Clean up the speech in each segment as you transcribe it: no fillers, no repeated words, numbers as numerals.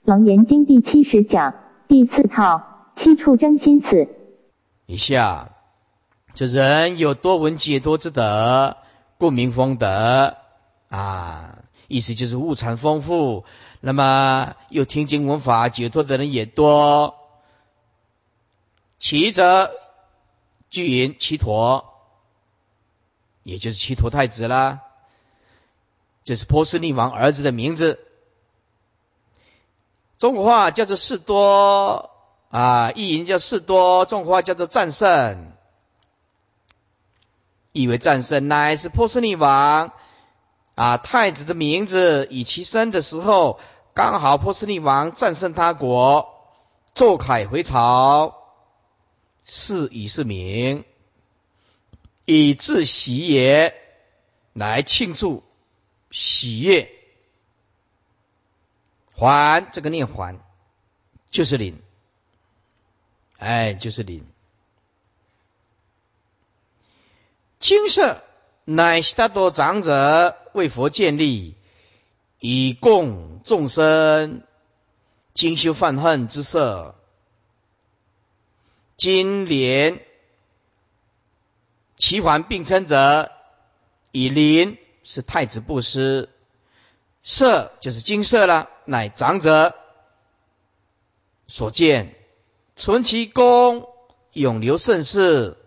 楞严经第70讲第4套七处争心死。 以下这人有多闻解脱之德，故名丰德意思就是物产丰富，那么又听经闻法解脱的人也多。其则具云其陀，也就是其陀太子啦，这是波斯匿王儿子的名字。中国话叫做士多意音叫士多，中国话叫做战胜。意为战胜乃是波斯匿王太子的名字，以其生的时候刚好波斯匿王战胜他国，奏凯回朝，是以是名，以致喜也，来庆祝喜悦。还这个念还就是领，就是领。经舍乃悉达多长者为佛建立，以供众生精修犯恨之舍。今连其还并称者，以临是太子布施，舍就是经舍了，乃长者所见，存其功，永留盛世。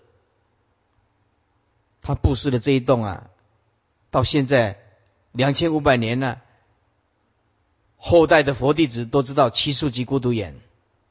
他布施的这一栋到现在2500年了，后代的佛弟子都知道七树及孤独眼，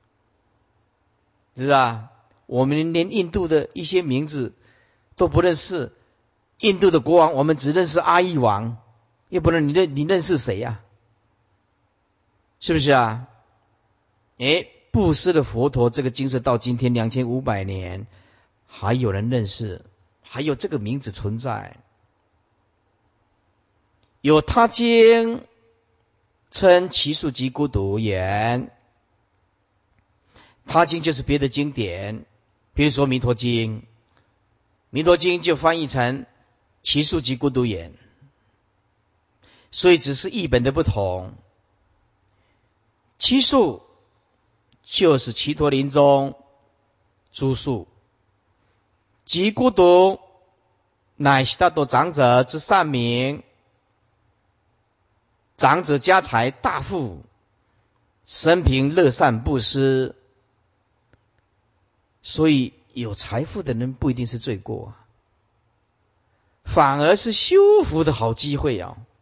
是吧？我们连印度的一些名字都不认识，印度的国王我们只认识阿育王，要不然你认识谁呀？是不是啊？布施的佛陀这个经舍到今天2500年还有人认识，还有这个名字存在。有他经称其数及孤独言，他经就是别的经典，比如说弥陀经，弥陀经就翻译成其数及孤独言，所以只是译本的不同。其数就是祇陀林中诸树，及孤独乃悉达多长者之善名，长者家财大富，生平乐善布施。所以有财富的人不一定是罪过，反而是修福的好机会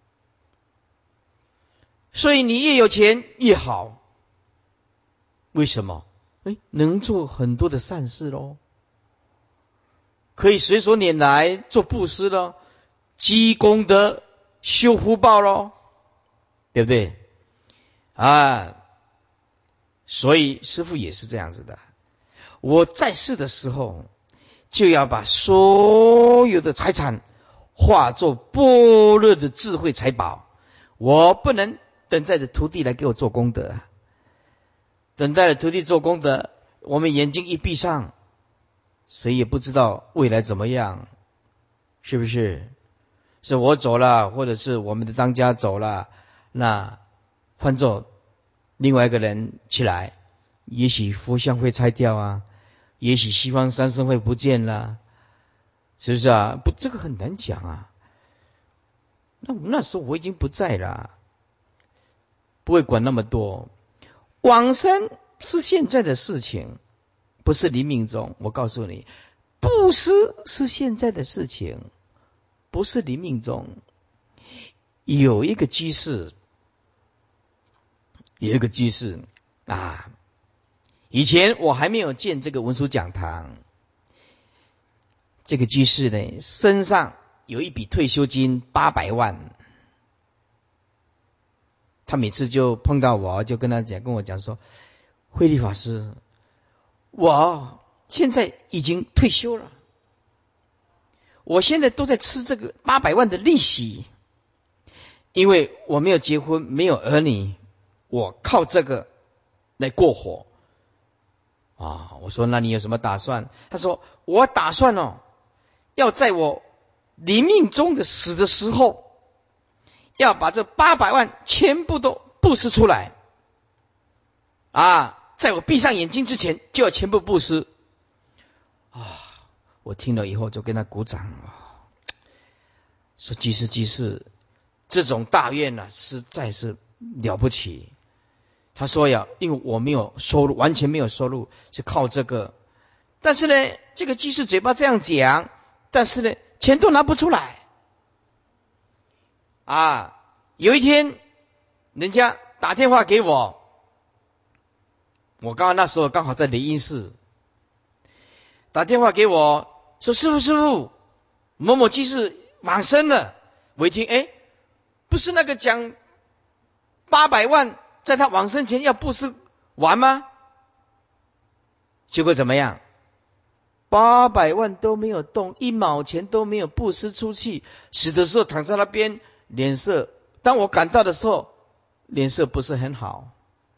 所以你越有钱越好，为什么？能做很多的善事咯，可以随手拈来做布施咯，积功德修福报咯，对不对所以师父也是这样子的，我在世的时候就要把所有的财产化作般若的智慧财宝，我不能等待着徒弟来给我做功德，等待着徒弟做功德，我们眼睛一闭上，谁也不知道未来怎么样，是不是？是我走了，或者是我们的当家走了，那换做另外一个人起来，也许佛像会拆掉也许西方三圣会不见了，是不是不，这个很难讲那时候我已经不在了，不会管那么多。往生是现在的事情，不是临命终。我告诉你，布施是现在的事情，不是临命终。有一个居士以前我还没有建这个文殊讲堂，这个居士呢身上有一笔退休金800万，他每次就碰到我就跟我讲说，慧律法师，我现在已经退休了，我现在都在吃这个800万的利息，因为我没有结婚，没有儿女，我靠这个来过活我说那你有什么打算？他说我打算要在我临命终的死的时候，要把这800万全部都布施出来。 在我闭上眼睛之前就要全部布施。我听了以后就跟他鼓掌，说居士，这种大愿实在是了不起。他说呀，因为我没有收入，完全没有收入，是靠这个。但是呢，这个居士嘴巴这样讲，但是呢，钱都拿不出来。有一天，人家打电话给我，我那时候刚好在雷音寺，打电话给我说：“师父，某某居士往生了。”我一听，不是那个讲800万在他往生前要布施完吗？结果怎么样？800万都没有动，1毛钱都没有布施出去，死的时候躺在那边，脸色，当我赶到的时候，脸色不是很好，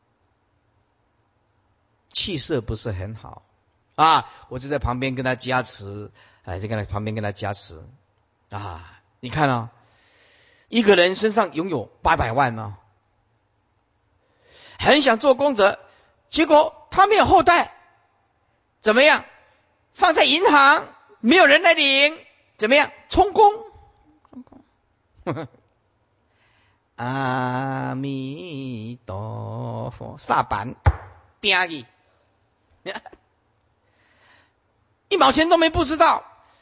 气色不是很好我就在旁边跟他加持，你看一个人身上拥有800万很想做功德，结果他没有后代，怎么样？放在银行，没有人来领，怎么样？充公。阿弥陀佛，煞板钉去，1毛钱都没布施到，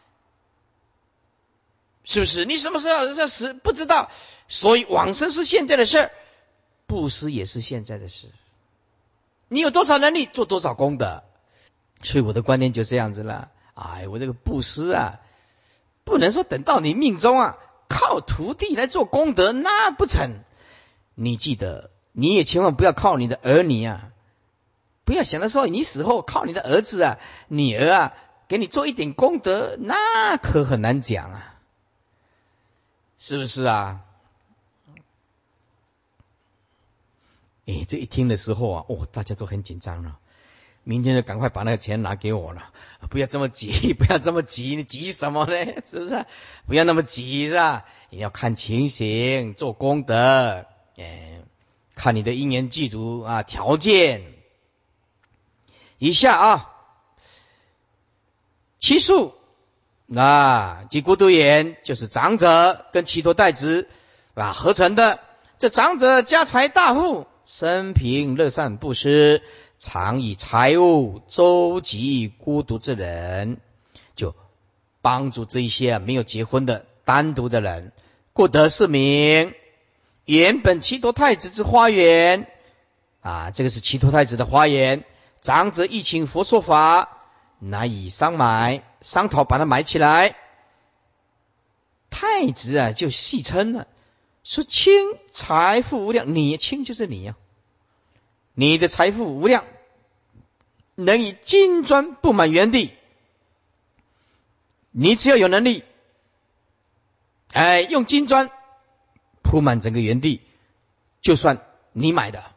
是不是？你什么时候要死不知道，所以往生是现在的事，布施也是现在的事。你有多少能力做多少功德，所以我的观念就这样子了。我这个布施不能说等到你命中靠徒弟来做功德，那不成。你记得，你也千万不要靠你的儿女不要想到说你死后靠你的儿子女儿给你做一点功德，那可很难讲是不是这一听的时候大家都很紧张了。明天就赶快把那个钱拿给我了，不要这么急，不要这么急，你急什么呢？是不是？不要那么急，是吧？也要看情形，做功德，看你的因缘具足条件。以下七数即孤独言，就是长者跟祇陀代子合成的。这长者家财大富，生平乐善布施，常以财物周济孤独之人，就帮助这一些没有结婚的单独的人，故得是名。原本祇陀太子之花园这个是祇陀太子的花园。长者亦请佛说法，乃以商讨把它买起来。太子就戏称了，说卿财富无量，你卿就是你你的财富无量，能以金砖布满原地。你只要有能力用金砖铺满整个原地，就算你买的。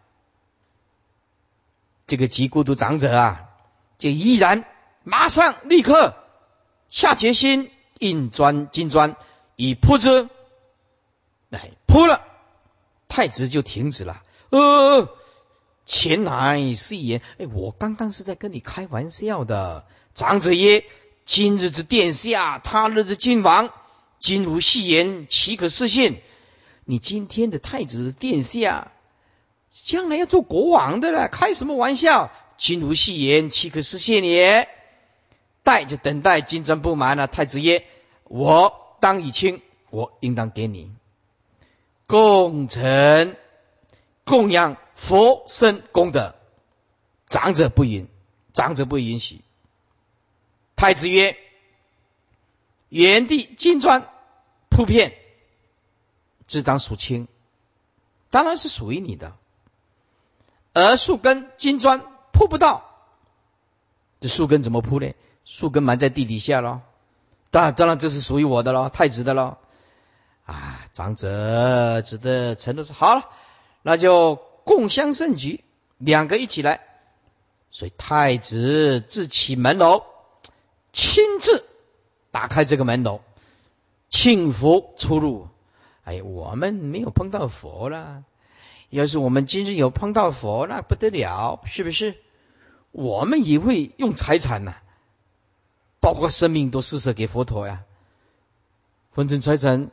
这个极孤独长者就依然马上立刻下决心印金砖以铺之，铺了，太子就停止了。前来是言，我刚刚是在跟你开玩笑的。长者曰：今日之殿下，他日之君王，今无戏言，岂可视信？你今天的太子殿下，将来要做国王的了，开什么玩笑？君无戏言，岂可视信也？就等待金砖布满了。太子曰：我当以清，我应当给你供臣供养佛身功德。长者不允许。太子曰：原地金砖铺片，自当属清，当然是属于你的。而树根金砖铺不到，这树根怎么铺呢？树根埋在地底下咯，当然这是属于我的咯，太子的咯。长者只得承诺说好了，那就共襄盛举，两个一起来。所以太子自起门楼，亲自打开这个门楼，请佛出入。我们没有碰到佛了， 要是我们今日有碰到佛，那不得了，是不是？我们也会用财产呐，包括生命都施舍给佛陀呀。分成财产，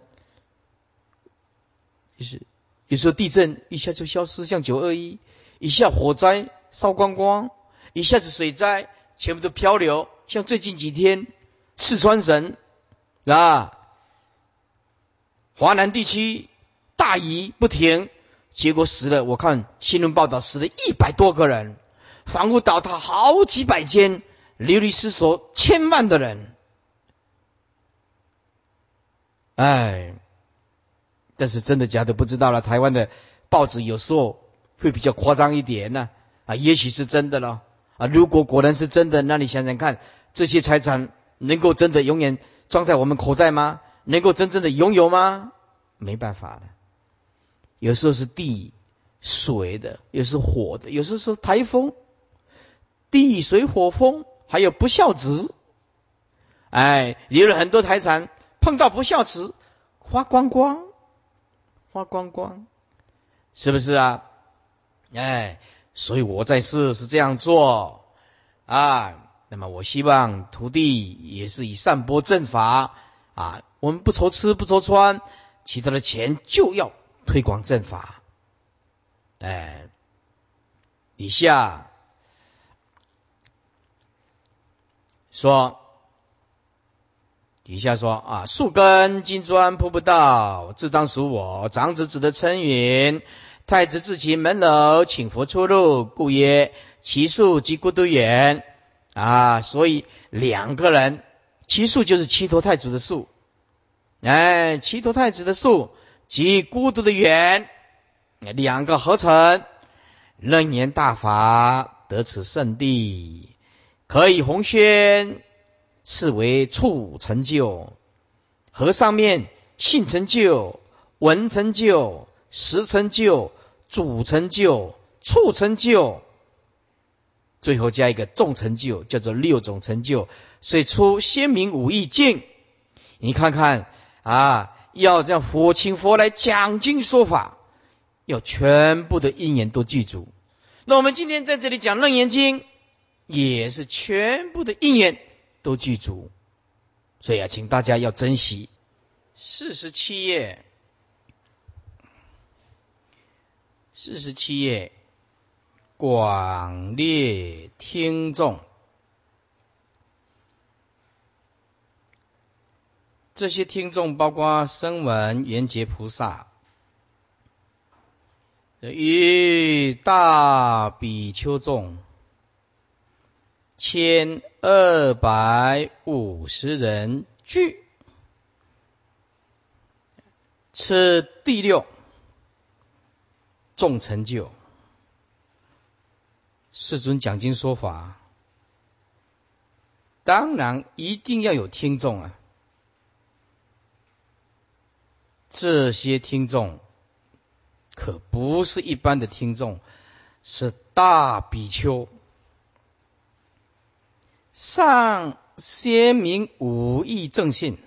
就是有时候地震一下就消失，像921，一下火灾烧光光，一下子水灾全部都漂流，像最近几天四川省华南地区大雨不停，结果死了，我看新闻报道死了100多个人，房屋倒塌好几百间，流离失所千万的人。但是真的假的不知道了。台湾的报纸有时候会比较夸张一点呢，也许是真的了如果果然是真的，那你想想看，这些财产能够真的永远装在我们口袋吗？能够真正的拥有吗？没办法了。有时候是地水的，有时候火的，有时候是台风，地水火风，还有不孝子。留了很多财产，碰到不孝子花光光，是不是啊？所以我在世是这样做那么我希望徒弟也是以散播正法我们不愁吃不愁穿，其他的钱就要推广正法。以下说树根金砖铺不到，自当属我。长子子的称云，太子自其门楼，请佛出入，故曰其树即孤独园。所以两个人，其树就是齐陀太子的树，齐陀太子的树即孤独的园，两个合成，楞严大法得此圣地，可以弘宣，是为处成就。和上面性成就、文成就、实成就、主成就、处成就，最后加一个众成就，叫做6种成就。所以出鲜明五义境。你看看要这样佛请佛来讲经说法，要全部的因缘都具足。那我们今天在这里讲楞严经，也是全部的因缘都具足。所以请大家要珍惜。47页广列听众，这些听众包括声闻缘觉菩萨，与大比丘众1250人聚，此第6众成就。世尊讲经说法，当然一定要有听众这些听众可不是一般的听众，是大比丘。上先明五义正信，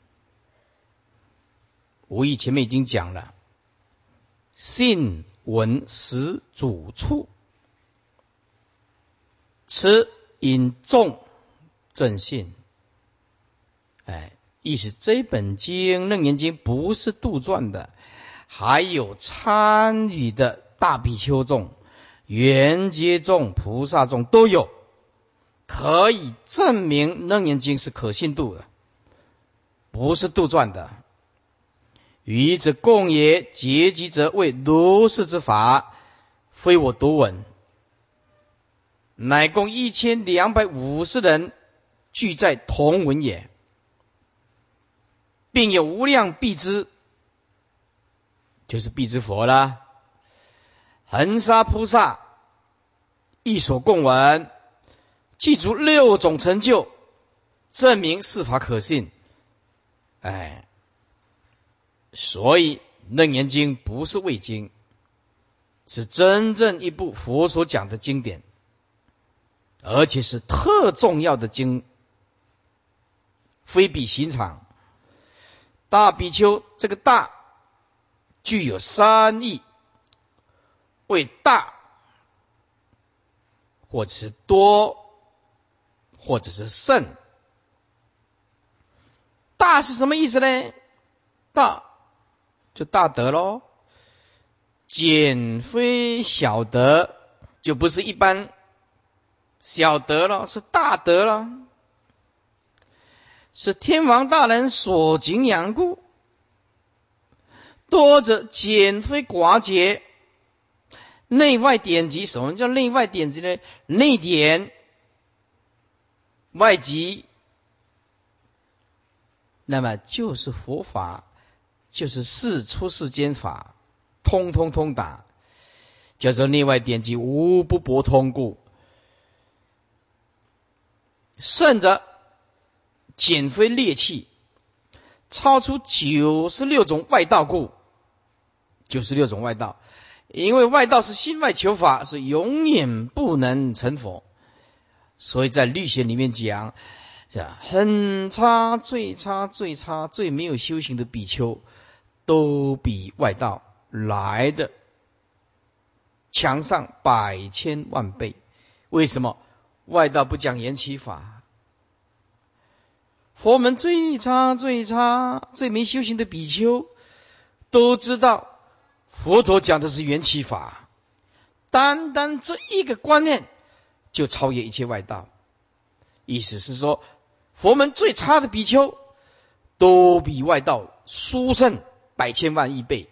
五义前面已经讲了，信闻识主处，此引众正信。意思这本经楞严经不是杜撰的，还有参与的大比丘众、缘觉众、菩萨众都有，可以证明楞严经是可信度的，不是杜撰的。余则共也，结集则为如是之法，非我独闻，乃共1250人聚在同文也，并有无量辟支，就是辟支佛啦，恒沙菩萨亦所共闻，具足6种成就，证明是法可信。所以楞严经不是伪经，是真正一部佛所讲的经典，而且是特重要的经，非比寻常。大比丘这个大具有3义， 为大，或者是多，或者是甚。大是什么意思呢？大就大德咯，简非小德，就不是一般小德了，是大德了，是天王大人所敬仰故。多则简非寡节，内外典籍。什么叫内外典籍呢？内典外籍，那么就是佛法，就是出世间法，通通达，叫做内外典籍无不博通故。甚者简非劣气，超出96种外道故。96种外道，因为外道是心外求法，是永远不能成佛。所以在律学里面讲，很差、最差、最差、最没有修行的比丘，都比外道来的强上100千万倍。为什么？外道不讲缘起法，佛门最差、最差、最没修行的比丘，都知道佛陀讲的是缘起法，单单这一个观念就超越一切外道。意思是说，佛门最差的比丘都比外道殊胜100千万亿倍。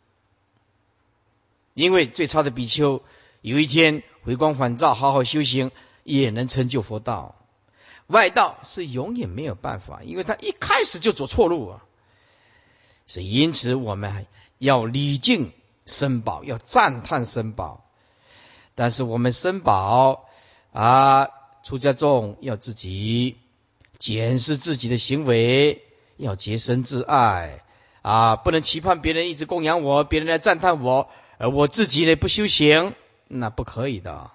因为最差的比丘有一天回光返照，好好修行，也能成就佛道。外道是永远没有办法，因为他一开始就走错路啊。所以因此我们要礼敬僧宝，要赞叹僧宝。但是我们僧宝出家众要自己检视自己的行为，要洁身自爱不能期盼别人一直供养我，别人来赞叹我，而我自己呢不修行，那不可以的。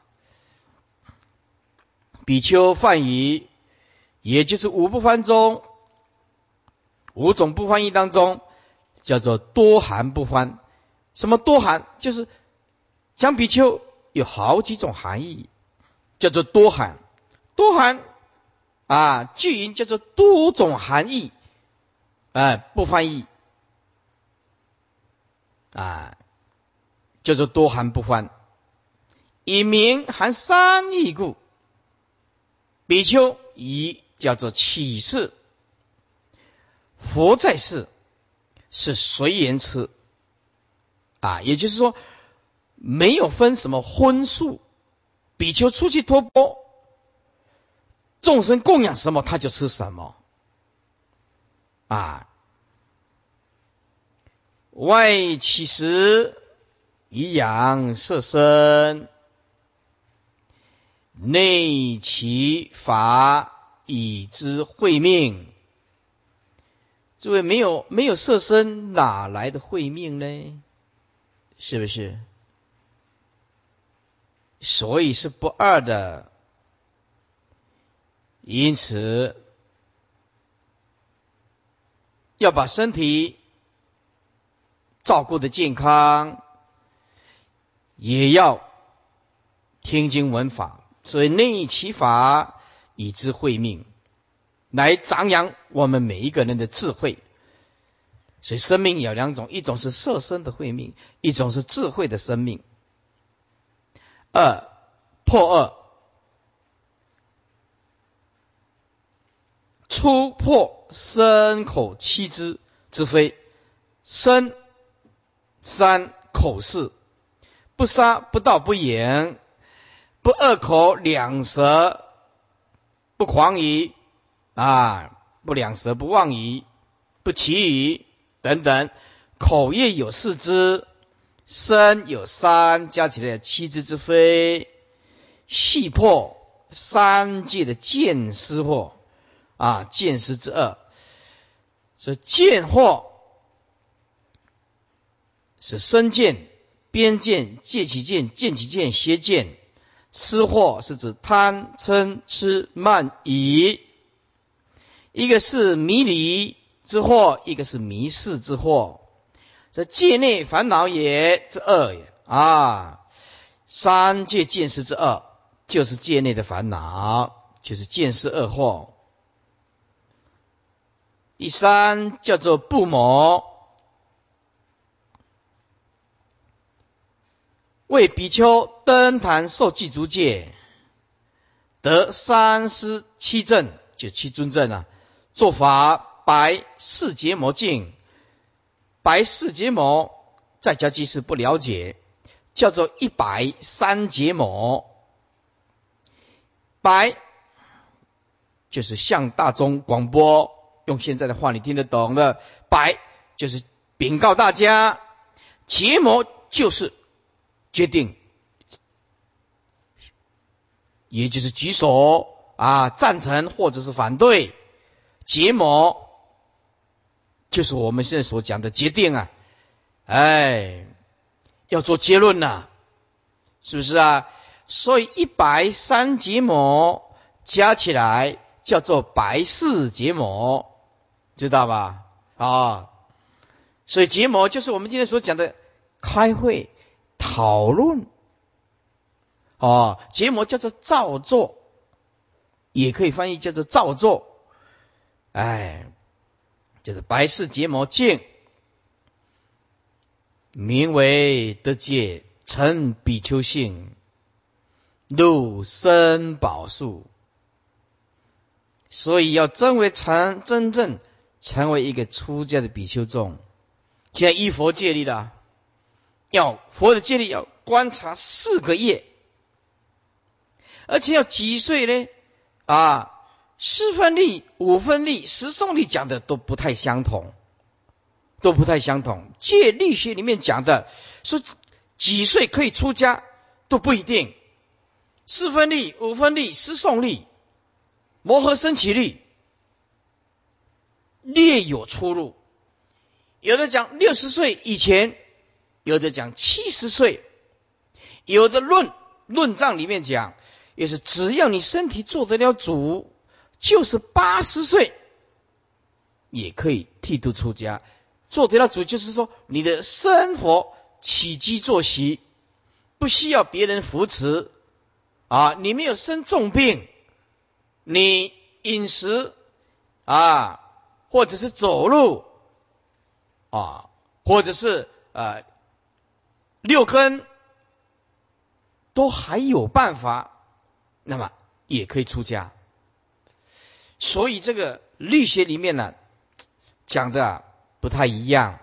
比丘梵语，也就是五不翻中5种不翻译当中，叫做多含不翻。什么多含？就是讲比丘有好几种含义，叫做多含。多含句云叫做多种含义，不翻译叫做多含不翻。以名含3义故，比丘以叫做起事，佛在世是随缘吃也就是说没有分什么荤素，比丘出去托钵，众生供养什么他就吃什么外起食以养色身，内起法以知慧命。诸位，没有色身，哪来的慧命呢？是不是？所以是不二的。因此要把身体照顾的健康，也要听经闻法。所以内起法以知慧命，来张扬我们每一个人的智慧。所以生命有2种，一种是色身的慧命，一种是智慧的生命。破二，初破身口七支之非。身3口4，不杀不盗不淫，不恶口两舌，不狂语不两舌，不妄语，不绮语等等。口业有4支，身有3，加起来7支之非。细破3界的见思惑见思之恶。所以见惑是身见、边见、戒其见、见其见、邪见。思惑是指贪嗔痴慢疑，一个是迷离之惑，一个是迷事之惑。这界内烦恼也之恶也三界见识之恶，就是界内的烦恼，就是见识恶惑。第三叫做不谋，为比丘登坛受记足戒，得三师七正，就七尊正啊，做法白四结魔境。白四结魔在家居士不了解，叫做一白三结魔。白就是向大众广播，用现在的话你听得懂的，白就是禀告大家，结魔就是决定，也就是举手赞成或者是反对。结魔就是我们现在所讲的决定啊，要做结论啊，是不是啊？所以一白三结魔加起来叫做白四结魔，知道吧？所以结魔就是我们今天所讲的开会讨论。结魔叫做造作，也可以翻译叫做造作。就是白四结魔境，名为得戒，成比丘性，入僧宝树。所以要真正成为一个出家的比丘众，现在依佛戒律的，要佛的戒律要观察4个月，而且要几岁呢？4分力、5分力、10诵力讲的都不太相同，戒律学里面讲的说几岁可以出家都不一定，4分力、5分力、10诵力、摩诃僧祇力略有出入，有的讲60岁以前，有的讲70岁，有的论藏里面讲，也是只要你身体做得了主，就是80岁也可以剃度出家。做得了主就是说你的生活起居作息不需要别人扶持你没有生重病，你饮食或者是走路或者是6根都还有办法，那么也可以出家。所以这个律学里面呢讲的不太一样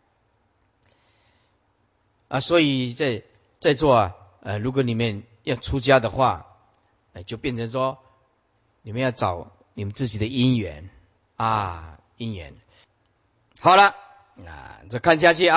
所以在座如果你们要出家的话，就变成说你们要找你们自己的因缘因缘。好了再看下去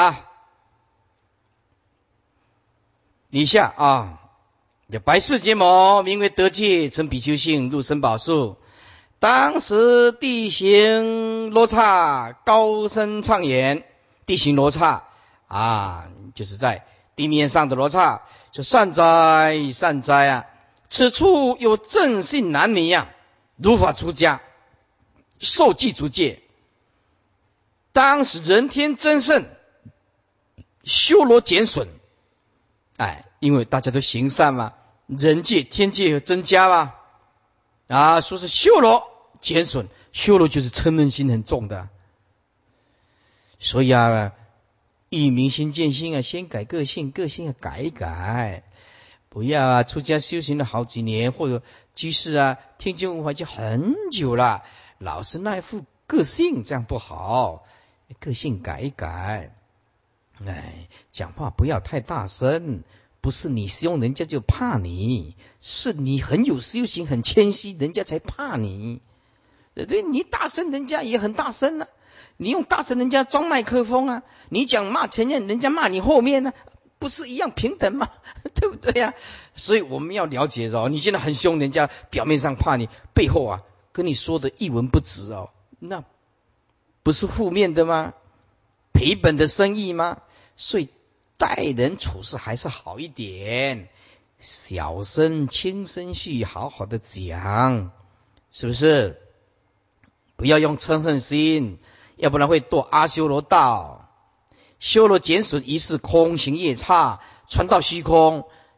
以下白四结魔，名为得戒，成比丘性，入僧宝树。当时地形罗刹，高声唱言。地形罗刹就是在地面上的罗刹，就善哉善哉此处有正信男女如法出家，受记足戒。当时人天增盛，修罗减损。因为大家都行善嘛，人界天界增加嘛说是修罗减损，修罗就是嗔恨心很重的。所以以明心见性先改个性，个性改一改，不要出家修行了好几年，或者居士听经闻法就很久了，老是那副个性，这样不好，个性改一改。讲话不要太大声，不是你凶人家就怕你，是你很有修行很谦虚，人家才怕你。对，你大声人家也很大声你用大声人家装麦克风你讲骂前面人家骂你后面不是一样平等吗？对不对所以我们要了解你现在很凶，人家表面上怕你，背后跟你说的一文不值那不是负面的吗？赔本的生意吗？所以待人处事还是好一点，小声轻声细好好的讲，是不是？不要用嗔恨心，要不然会堕阿修罗道。修罗减损一是空行夜叉，传到虚空，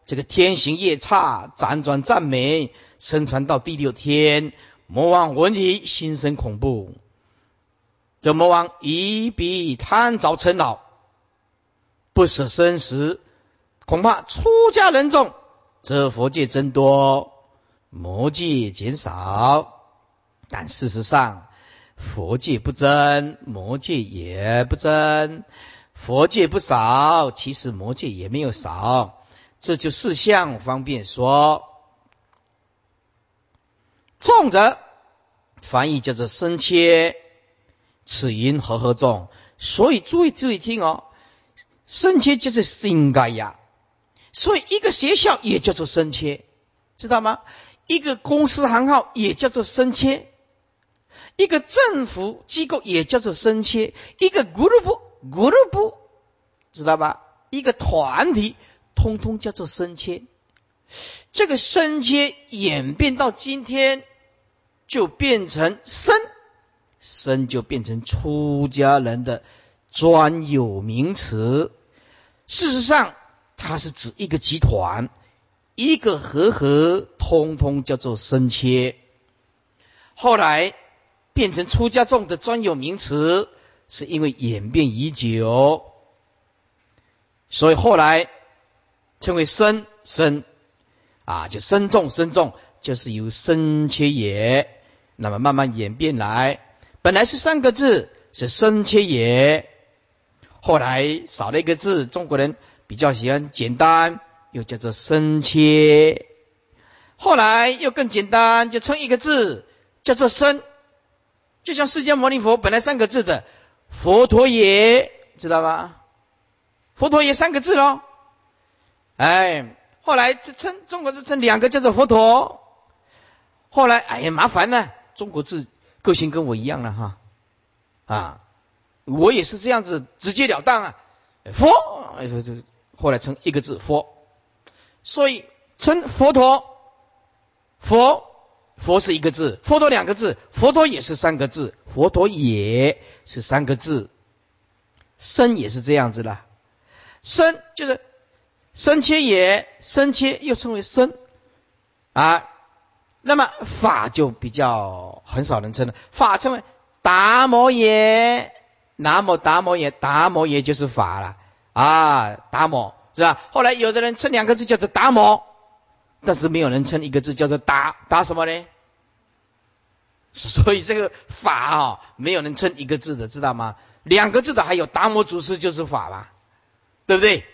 这个天行夜叉，辗转赞美，升传到第6天。魔王闻已，心生恐怖。这魔王以彼贪着嗔恼，不舍生死，恐怕出家人众，则佛界增多，魔界减少。但事实上，佛界不增，魔界也不增；佛界不少，其实魔界也没有少。这就四相方便说。众者，翻译叫做生切，此因和合众。所以注意听哦，生切就是应该呀。所以一个学校也叫做生切，知道吗？一个公司行号也叫做生切。一个政府机构也叫做生切，一个 group 知道吧？一个团体通通叫做生切。这个生切演变到今天就变成生就变成出家人的专有名词。事实上它是指一个集团，一个和通通叫做生切。后来变成出家众的专有名词，是因为演变已久，所以后来称为生就生众就是由生切也。那么慢慢演变来，本来是3个字，是生切也，后来少了一个字，中国人比较喜欢简单，又叫做生切，后来又更简单，就称一个字叫做生。就像释迦牟尼佛本来3个字的佛陀也，知道吧？佛陀也3个字咯。后来中国字称2个叫做佛陀。后来麻烦了，中国字个性跟我一样了哈。我也是这样子直截了当佛，后来称一个字佛。所以称佛陀，佛是1个字，佛陀2个字，佛陀也是3个字，佛陀也是3个字。生也是这样子啦，生就是生切也，生切又称为生那么法就比较很少人称了，法称为达摩也，南无达摩也，达摩也就是法了达摩是吧？后来有的人称2个字叫做达摩，但是没有人称1个字叫做达什么呢？所以这个法没有人称1个字的，知道吗？2个字的还有达摩祖师就是法吧，对不对？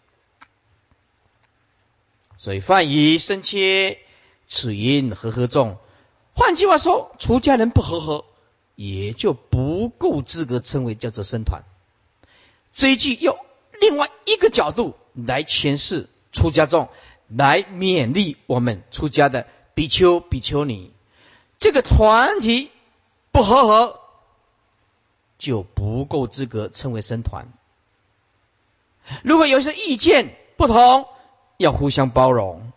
所以梵以生切，此因和合众。换句话说，出家人不和也就不够资格称为叫做僧团。这一句用另外一个角度来诠释出家众，来勉励我们出家的比丘比丘尼。这个团体不和就不够资格称为僧团。如果有些意见不同，要互相包容，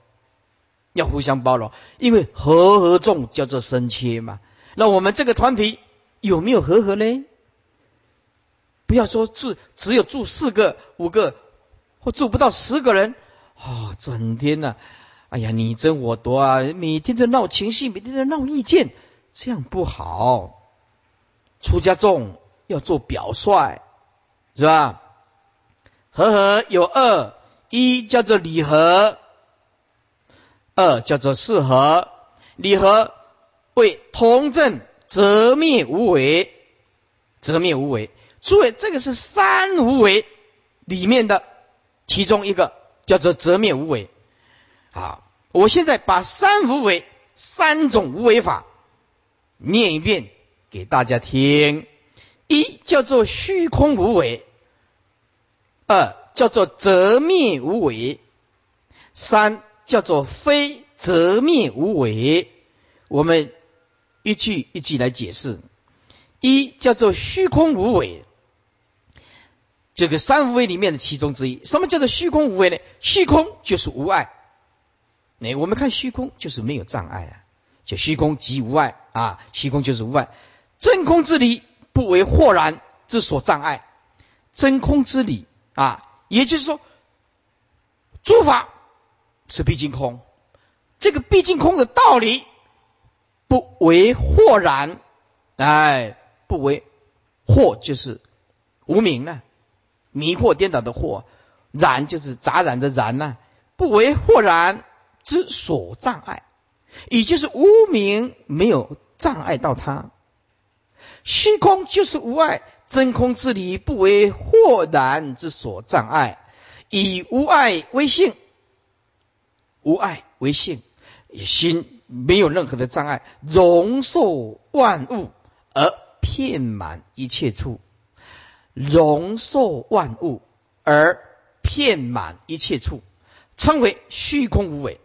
因为和众叫做生切嘛。那我们这个团体有没有和呢？不要说只有住4个5个，或住不到10个人整天你争我夺每天都闹情绪，每天都闹意见，这样不好。出家众要做表率，是吧？和有2，一叫做理和，2叫做事和。理和为同证则灭无为，诸位，这个是3无为里面的其中一个，叫做则灭无为。我现在把3无为3种无为法念一遍给大家听。1叫做虚空无为，2叫做则灭无为，3叫做非则灭无为。我们一句一句来解释。1叫做虚空无为，这个3无为里面的其中之一。什么叫做虚空无为呢？虚空就是无碍。我们看虚空就是没有障碍就虚空即无碍虚空就是无碍。真空之理不为豁然之所障碍。真空之理也就是说诸法是毕竟空。这个毕竟空的道理，不为惑然。不为惑就是无明了，迷惑颠倒的惑，然就是杂染的然呢，不为惑然之所障碍，也就是无明没有障碍到它。虚空就是无碍，真空之理不为惑然之所障碍，以无碍为性，无碍为性，心没有任何的障碍，容受万物而遍满一切处，容受万物而遍满一切处，称为虚空无为。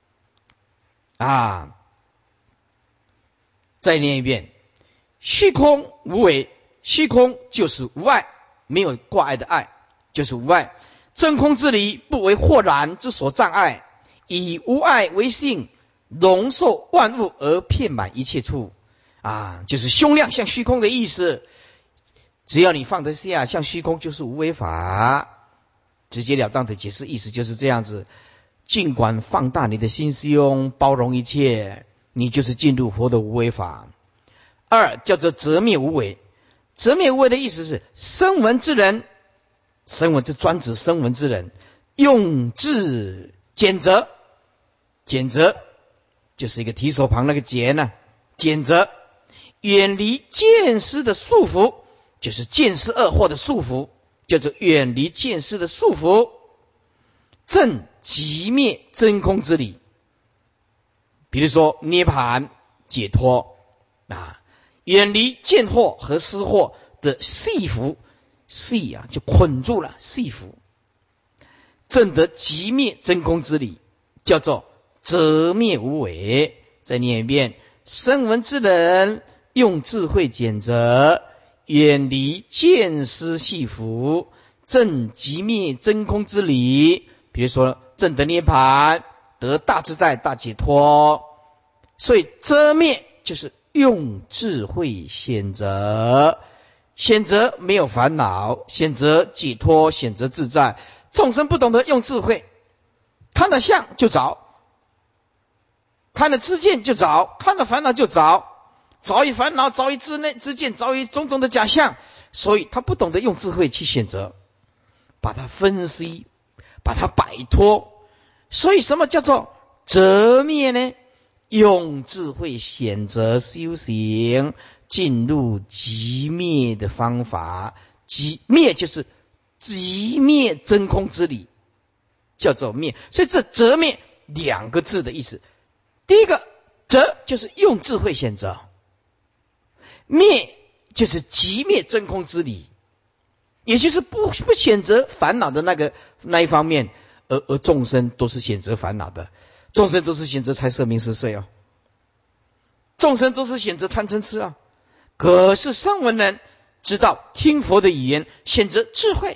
再念一遍，虚空无为，虚空就是无碍，没有挂碍的碍，就是无碍。真空之理不为惑然之所障碍，以无碍为性，容受万物而遍满一切处。就是胸量像虚空的意思。只要你放得下，像虚空就是无为法。直截了当的解释意思就是这样子。尽管放大你的心胸，包容一切，你就是进入佛的无为法。二叫做择灭无为。择灭无为的意思是声闻之人，声闻是专指声闻之人，用智检择，检择就是一个提手旁那个检呢，检择远离见思的束缚，就是见思二惑的束缚，叫做远离见思的束缚，证即灭真空之理。比如说涅槃解脱远离见惑和思惑的系缚，系就捆住了，系缚，证得即灭真空之理，叫做择灭无为。再念一遍，声闻之人用智慧检择，远离见思系缚，证即灭真空之理。比如说证得涅槃，得大自在大解脱。所以遮灭就是用智慧选择，选择没有烦恼，选择解脱，选择自在。众生不懂得用智慧，看了相就着，看了知见就着，看了烦恼就着，着于烦恼，着于知见，着于种种的假象，所以他不懂得用智慧去选择，把它分析，把它摆脱。所以什么叫做择灭呢？用智慧选择修行，进入即灭的方法。即灭就是即灭真空之理，叫做灭。所以这择灭两个字的意思，第一个择就是用智慧选择，灭就是即灭真空之理，也就是不选择烦恼的那一方面，而众生都是选择烦恼的，众生都是选择财色名食睡众生都是选择贪嗔痴可是声闻人知道听佛的语言，选择智慧，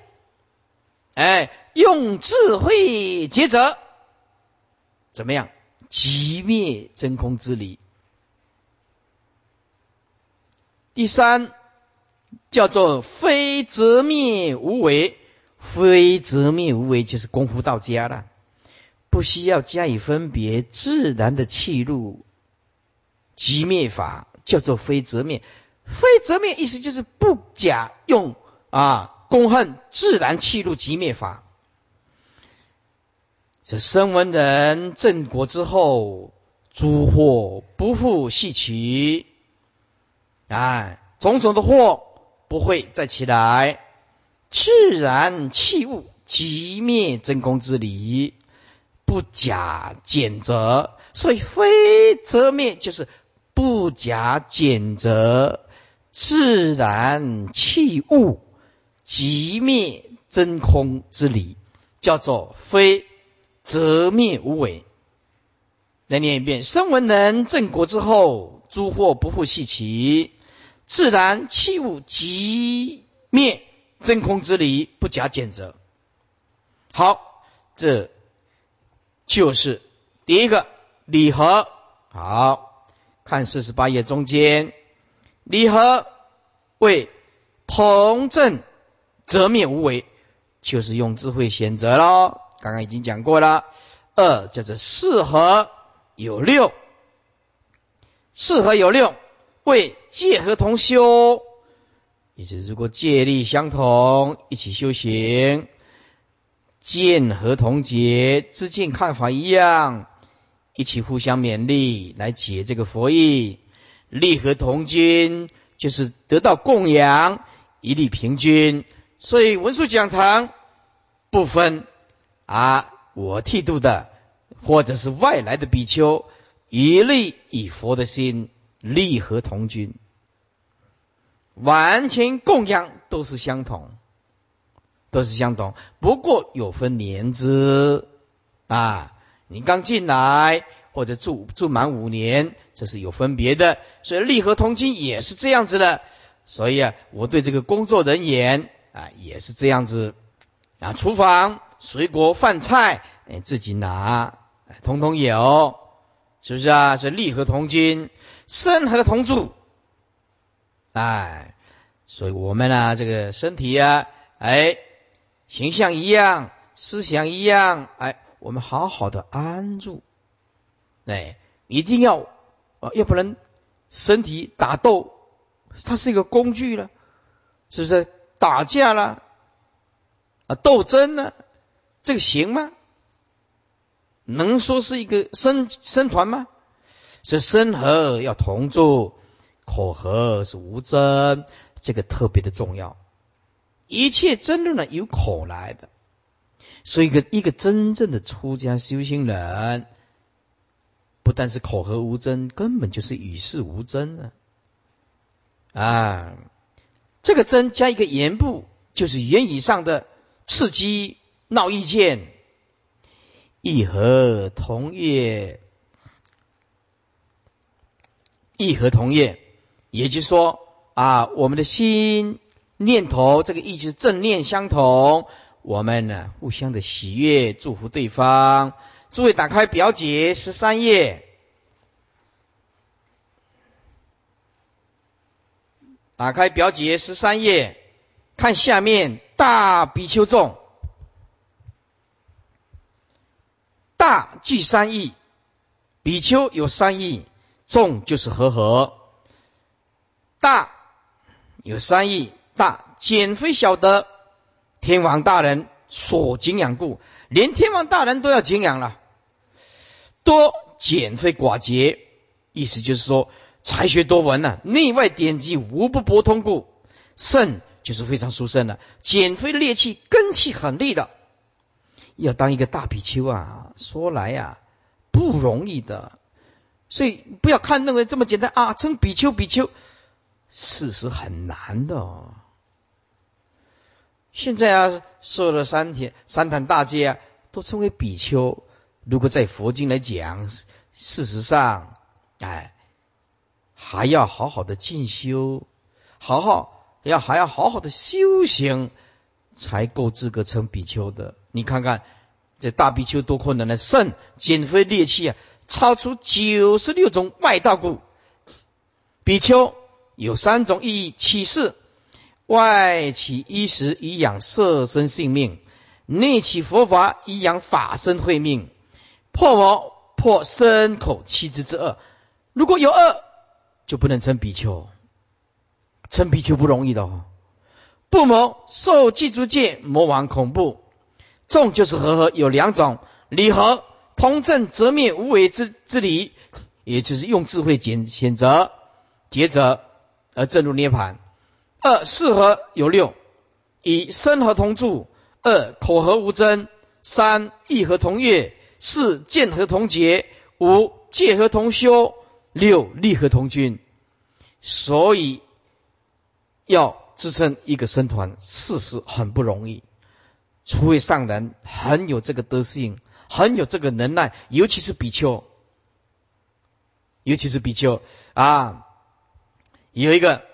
用智慧抉择，怎么样？即灭真空之理。第三叫做非择灭无为。非择灭无为就是功夫到家了，不需要加以分别，自然的契入即灭法，叫做非择灭。非择灭意思就是不假用功恨，自然契入即灭法。这声闻人正果之后，诸惑不复细取，种种的惑不会再起来，自然器物即灭真空之理，不假检择。所以非择灭就是不假检择，自然器物即灭真空之理，叫做非择灭无为。来念一遍，声闻人正果之后，诸惑不复细取，自然器物即灭真空之理，不假检择。好，这就是第一个理合。好，看48页中间，理合为同证择灭无为，就是用智慧选择咯，刚刚已经讲过了。 二叫做四合有六，四合有六为戒合同修，也就是如果戒力相同，一起修行，见合同解，知见看法一样，一起互相勉励来解这个佛义，力合同均，就是得到供养，一力平均。所以文殊讲堂不分我剃度的或者是外来的比丘，一律以佛的心力合同均，完全供养都是相同，不过有分年资你刚进来或者住满5年，这是有分别的。所以力合同均也是这样子的。所以我对这个工作人员也是这样子厨房水果饭菜自己拿，统统有，是不是所以力合同均，身合同住。所以我们这个身体形象一样，思想一样，我们好好的安住。一定要要不然身体打斗，它是一个工具了，是不是？打架了斗争了，这个行吗？能说是一个僧团吗？所以身合要同住，口合是无争，这个特别的重要。一切争论由口来的，所以一个真正的出家修行人，不但是口合无争，根本就是与世无争这个争加一个言部，就是言语上的刺激闹意见。一合同业，一合同业，也就是说我们的心念头，这个意就是正念相同，我们互相的喜悦祝福对方。诸位打开表解13页，打开表解13页，看下面大比丘众。大具3义，比丘有3义，众就是和。大有3义，大简非小德，天王大人所敬仰故，连天王大人都要敬仰了。多简非寡节，意思就是说才学多闻内外典籍无不博通故。圣就是非常殊胜的，简非劣气，根气很利的。要当一个大比丘说来不容易的。所以不要认为这么简单称比丘，事实很难的现在受了三坛大戒都称为比丘。如果在佛经来讲，事实上还要好好的进修，还要好好的修行，才够资格称比丘的。你看看这大比丘多困难的，圣简非劣气超出96种外道故。比丘有3种意义：起示外起衣食以养色身性命，内起佛法以养法身慧命，破魔破身口七支之恶。如果有恶，就不能称比丘。称比丘不容易的不谋受具足戒，魔王恐怖。众就是和有2种，理和通正则灭无为之理，也就是用智慧谴责抉择而证入涅槃。2四合有6，以身合同住；2口合无争；3意合同悦；4见合同解；5戒合同修；6力合同均。所以要支撑一个僧团，事实很不容易。除非上人很有这个德性，很有这个能耐，尤其是比丘有一个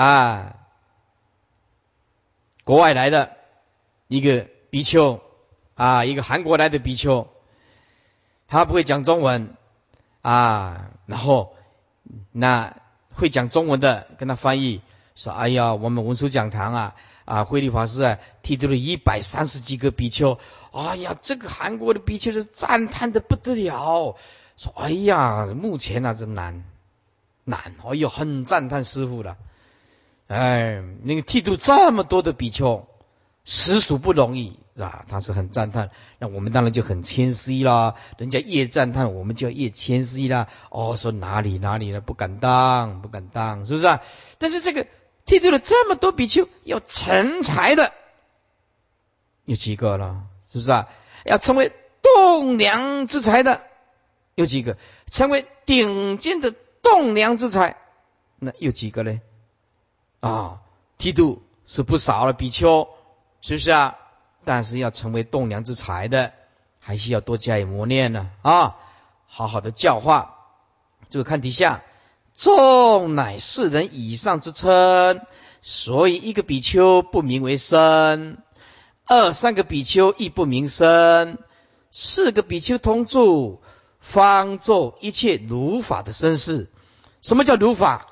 国外来的一个比丘一个韩国来的比丘，他不会讲中文然后那会讲中文的跟他翻译说：我们文殊讲堂慧律法师剃度了130几个比丘哎呀，这个韩国的比丘是赞叹的不得了，说哎呀，目前啊真难，哎呦，很赞叹师父了。哎，那个剃度这么多的比丘，实属不容易，是吧？他是很赞叹，那我们当然就很谦虚啦。人家越赞叹，我们就要越谦虚啦。哦，说哪里了，不敢当，是不是啊？但是这个剃度了这么多比丘，要成才的有几个了？是不是啊？要成为栋梁之才的有几个？成为顶尖的栋梁之才，那有几个呢？剃度是不少了比丘，是不是啊？但是要成为栋梁之才的，还需要多加以磨练呢好好的教化。这个看底下，众乃世人以上之称，所以一个比丘不名为僧，二三个比丘亦不名僧，四个比丘同住，方奏一切如法的僧事。什么叫如法？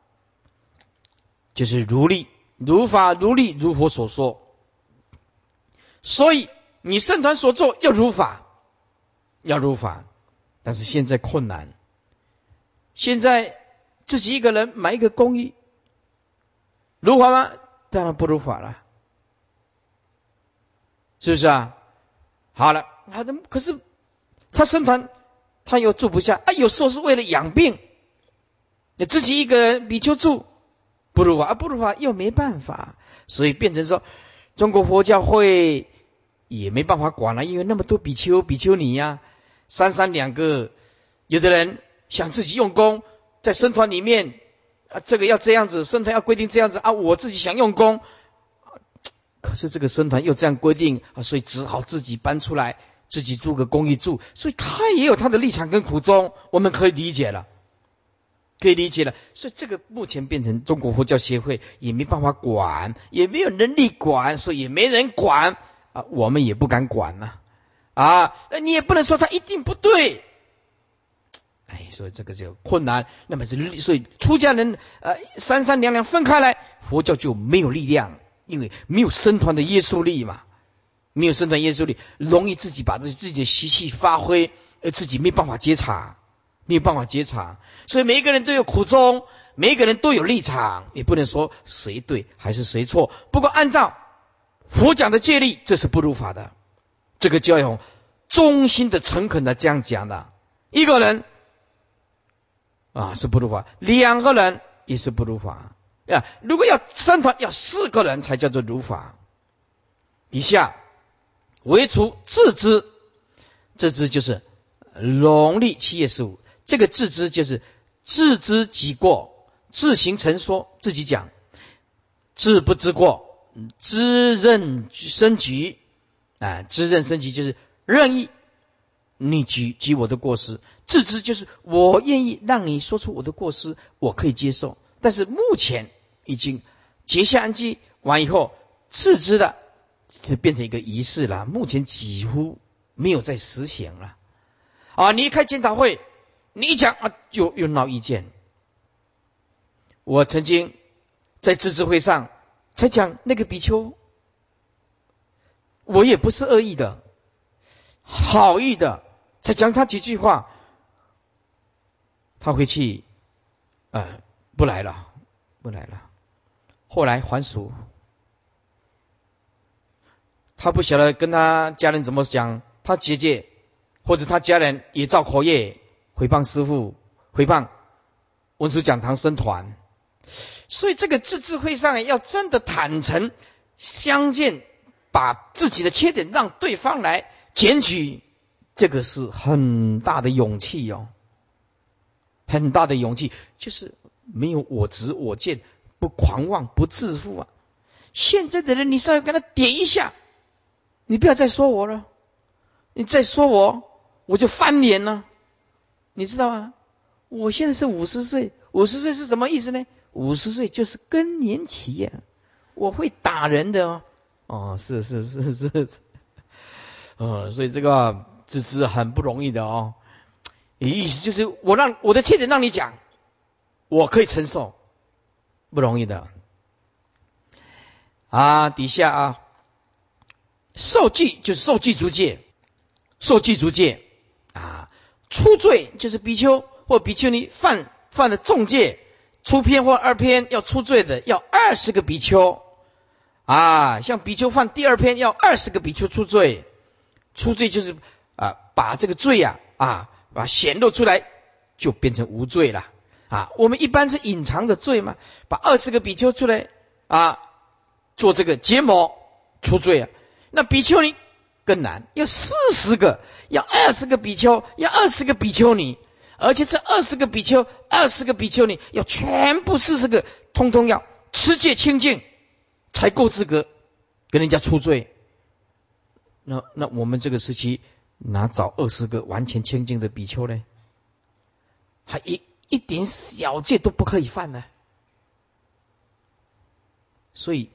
就是如理，如法如理，如佛所说。所以你僧团所做要如法，但是现在困难，现在自己一个人买一个公寓，如法吗？当然不如法了，是不是啊？好了，可是他僧团他又住不下有时候是为了养病，你自己一个人比丘住不如法又没办法，所以变成说中国佛教会也没办法管了，因为那么多比丘比丘尼呀，三两个，有的人想自己用功，在僧团里面这个要这样子，僧团要规定这样子我自己想用功，可是这个僧团又这样规定所以只好自己搬出来，自己租个公寓住，所以他也有他的立场跟苦衷，我们可以理解了。所以这个目前变成中国佛教协会也没办法管，也没有能力管，所以也没人管我们也不敢管你也不能说他一定不对，所以这个就困难。那么所以出家人三两分开来，佛教就没有力量，因为没有僧团的约束力嘛，容易自己把自己的习气发挥，自己没办法觉察，所以每一个人都有苦衷，每一个人都有立场，也不能说谁对还是谁错。不过按照佛讲的戒律，这是不如法的，这个就要用衷心的诚恳的这样讲的。一个人是不如法，两个人也是不如法如果要僧团要4个人才叫做如法。底下唯除自知就是农历7月15，这个自知就是自知己过，自行陈说，自己讲，自不知过，知任生局知任生局就是任意你举我的过失，自知就是我愿意让你说出我的过失，我可以接受，但是目前已经结下安基完以后，自知的就变成一个仪式了，目前几乎没有在实行了你一开检讨会，你一讲又闹意见。我曾经在自治会上才讲那个比丘，我也不是恶意的，好意的，才讲他几句话，他回去不来了。后来还俗，他不晓得跟他家人怎么讲，他姐姐或者他家人也造口业，诽谤师父，诽谤文殊讲堂僧团。所以这个自治会上要真的坦诚相见，把自己的缺点让对方来检举，这个是很大的勇气很大的勇气，就是没有我执我见，不狂妄，不自负现在的人你稍微跟他点一下，你不要再说我了，你再说我就翻脸了，你知道吗？我现在是50岁，50岁是什么意思呢？50岁就是更年期我会打人的是所以这个自知很不容易的意思就是我的缺点让你讲，我可以承受，不容易的底下受记就是受记足戒，受记足戒啊，出罪就是比丘或比丘尼犯了重戒，出篇或二篇要出罪的要20个比丘啊，像比丘犯第二篇要20个比丘出罪，出罪就是把这个罪把它显露出来，就变成无罪了啊。我们一般是隐藏的罪嘛，把20个比丘出来做这个结魔出罪啊。那比丘尼更难，要40个，要20个比丘，要20个比丘尼，而且这20个比丘、20个比丘尼要全部40个，通通要持戒清净，才够资格跟人家出罪。那我们这个时期哪找20个完全清净的比丘呢？还一点小戒都不可以犯呢。所以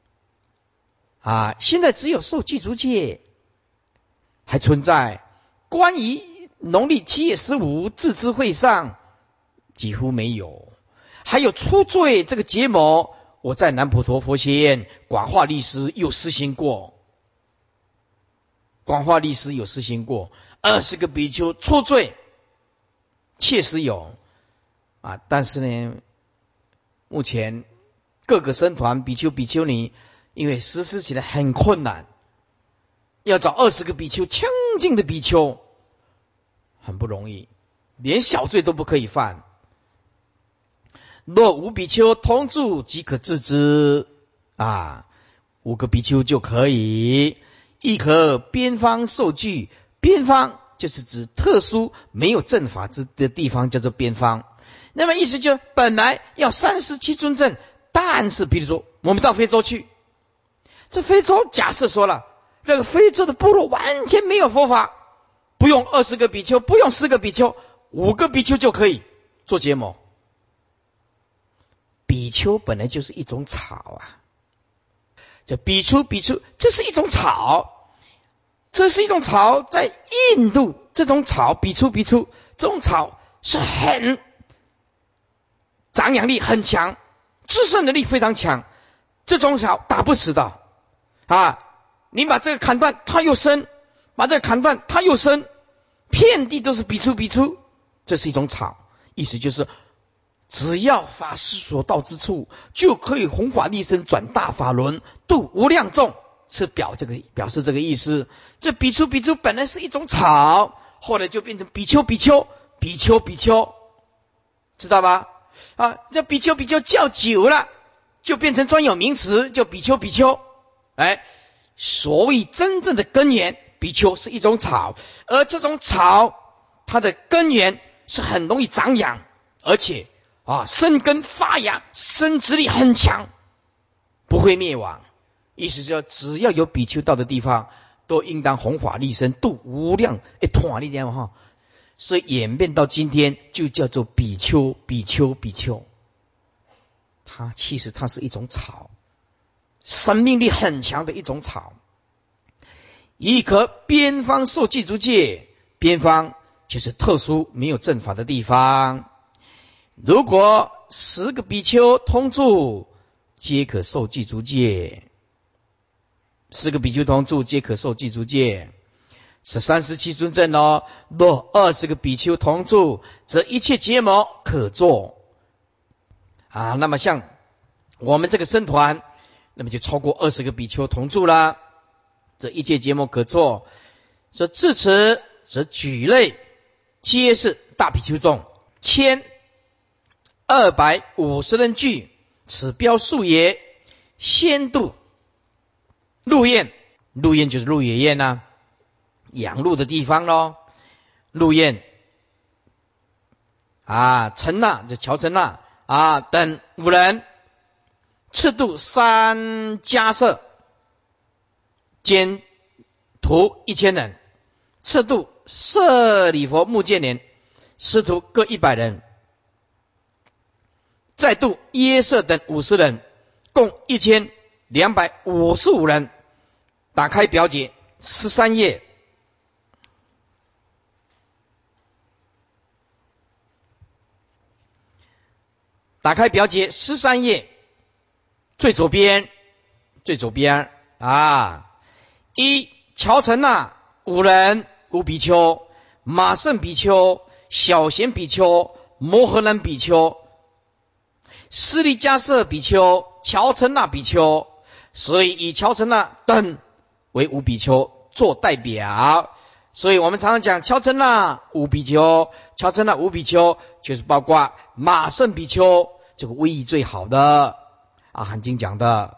现在只有受记足戒还存在，关于农历7月15自知会上几乎没有。还有出罪这个结魔，我在南普陀佛学院广化律师有实行过，广化律师有实行过20个比丘出罪，确实有但是呢，目前各个僧团比丘比丘尼因为实施起来很困难，要找20个比丘清净的比丘很不容易，连小罪都不可以犯。若无比丘同住即可自知5个比丘就可以，亦可边方受具。边方就是指特殊没有正法的地方，叫做边方。那么意思就本来要37尊证，但是比如说我们到非洲去，这非洲假设说了，那个非洲的部落完全没有佛法，不用20个比丘，不用10个比丘，5个比丘就可以做结魔。比丘本来就是一种草这比丘这是一种草，这是一种草，在印度这种草比丘这种草是很长养力很强，自身能力非常强，这种草打不死的你把这个砍断它又生，把这个砍断它又生，遍地都是比丘，这是一种草。意思就是只要法师所到之处，就可以弘法利生，转大法轮，度无量众，是表示这个意思。这比丘本来是一种草，后来就变成比丘，知道吧？这比丘叫久了，就变成专有名词，叫比丘。所谓真正的根源，比丘是一种草，而这种草它的根源是很容易长养，而且生根发芽，生殖力很强，不会灭亡。意思就是只要有比丘道的地方，都应当弘法利生，度无量团力这样所以演变到今天就叫做比丘。它其实它是一种草，生命力很强的一种草。亦可边方受记足戒，边方就是特殊没有正法的地方。如果10个比丘同住，皆可受记足戒。10个比丘同住，皆可受记足戒，是37尊证若20个比丘同住，则一切结魔可做那么像我们这个僧团，那么就超过20个比丘同住啦，这一切结魔可做。说至此，则举类皆是大比丘众1250人聚，此标数也。先度鹿苑，鹿苑就是鹿野苑养鹿的地方咯。鹿苑陈那就乔陈那等5人，次度3迦舍兼徒1000人，次度舍利佛目犍连师徒各100人，再度耶舍等50人，共1255人。打开表解13页，打开表解13页最左边一乔陈那五人，五比丘，马胜比丘，小贤比丘，摩诃南比丘，斯利迦舍比丘，乔陈那比丘。所以以乔陈那等为五比丘做代表。所以我们常常讲乔陈那五比丘，乔陈那五比丘就是包括马胜比丘，这个威仪最好的啊，汉经讲的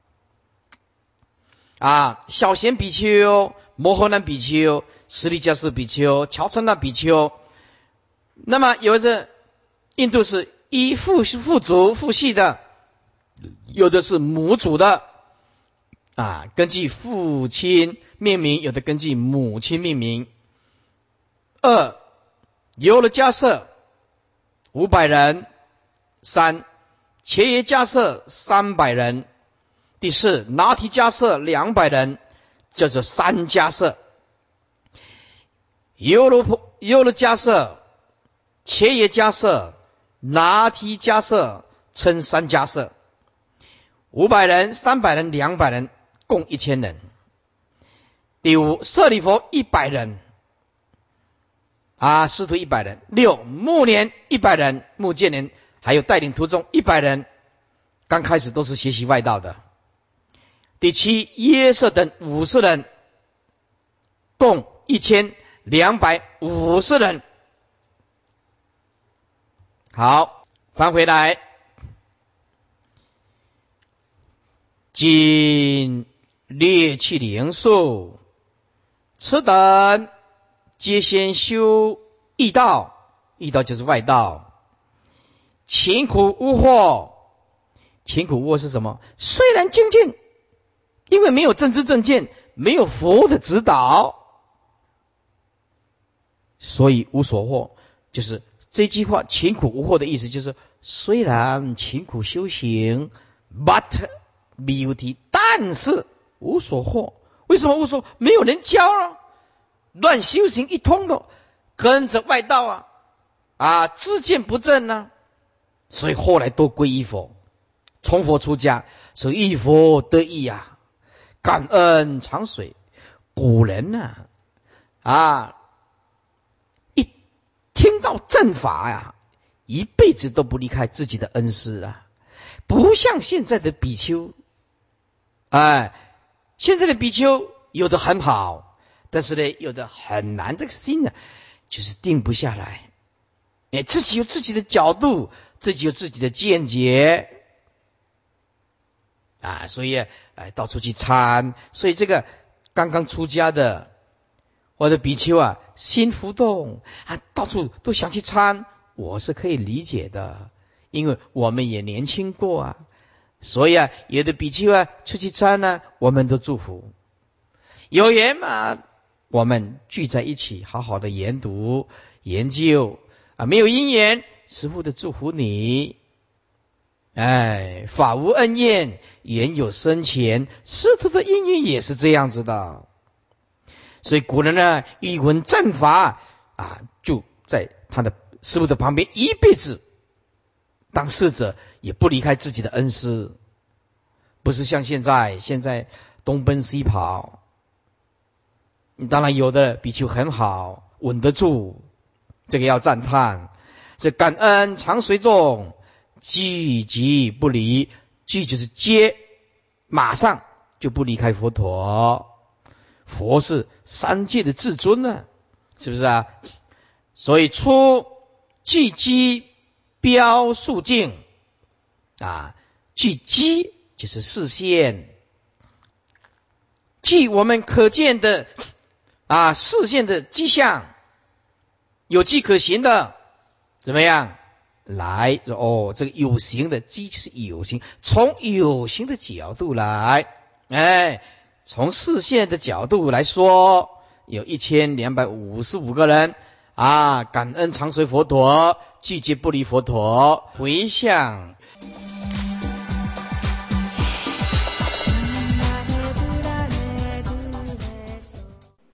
啊，小贤比丘，摩诃南比丘，斯利迦舍比丘，乔陈那比丘。那么有的印度是依父族父系的，有的是母族的啊，根据父亲命名，有的根据母亲命名。二有了迦舍500人。三伽耶迦舍300人。第四拿提迦舍200人，叫做三迦舍。有了迦舍、伽耶迦舍、拿提迦舍称三迦舍。500人、300人、200人，共1000人。第五舍利弗100人啊，师徒100人。六目连100人，目犍连还有带领徒众100人，刚开始都是学习外道的。第七耶舍等50人，共1250人。好，翻回来，今略去灵数，此等皆先修异道，异道就是外道。勤苦无惑，勤苦无惑是什么？虽然精进，因为没有正知正见，没有佛的指导，所以无所惑。就是这句话勤苦无惑的意思，就是虽然勤苦修行 but beauty， 但是无所获。为什么无所？没有人教啊，乱修行一通的，跟着外道啊，知见不正啊，所以后来都皈依佛，从佛出家，所以依佛得意啊，感恩长水。古人一听到正法呀，一辈子都不离开自己的恩师啊，不像现在的比丘。现在的比丘有的很好，但是呢，有的很难，这个心就是定不下来。自己有自己的角度，自己有自己的见解所以到处去参。所以这个刚刚出家的或者比丘心浮动到处都想去参，我是可以理解的，因为我们也年轻过所以有的比丘出去参我们都祝福。有缘嘛，我们聚在一起好好的研读研究没有因缘，师父的祝福你。法无恩怨，缘有深浅，师徒的因缘也是这样子的。所以古人一闻正法就在他的师父的旁边一辈子当侍者，也不离开自己的恩师。不是像现在东奔西跑。当然有的比丘很好，稳得住，这个要赞叹。这感恩常随众，聚集不离，聚就是接，马上就不离开佛陀。佛是三界的至尊是不是所以出聚机标数境聚机就是视线，据我们可见的视线的迹象，有迹可循的，怎么样来这个有形的迹就是有形，从有形的角度来从视线的角度来说，有1255个人感恩常随佛陀，聚集不离佛陀，回向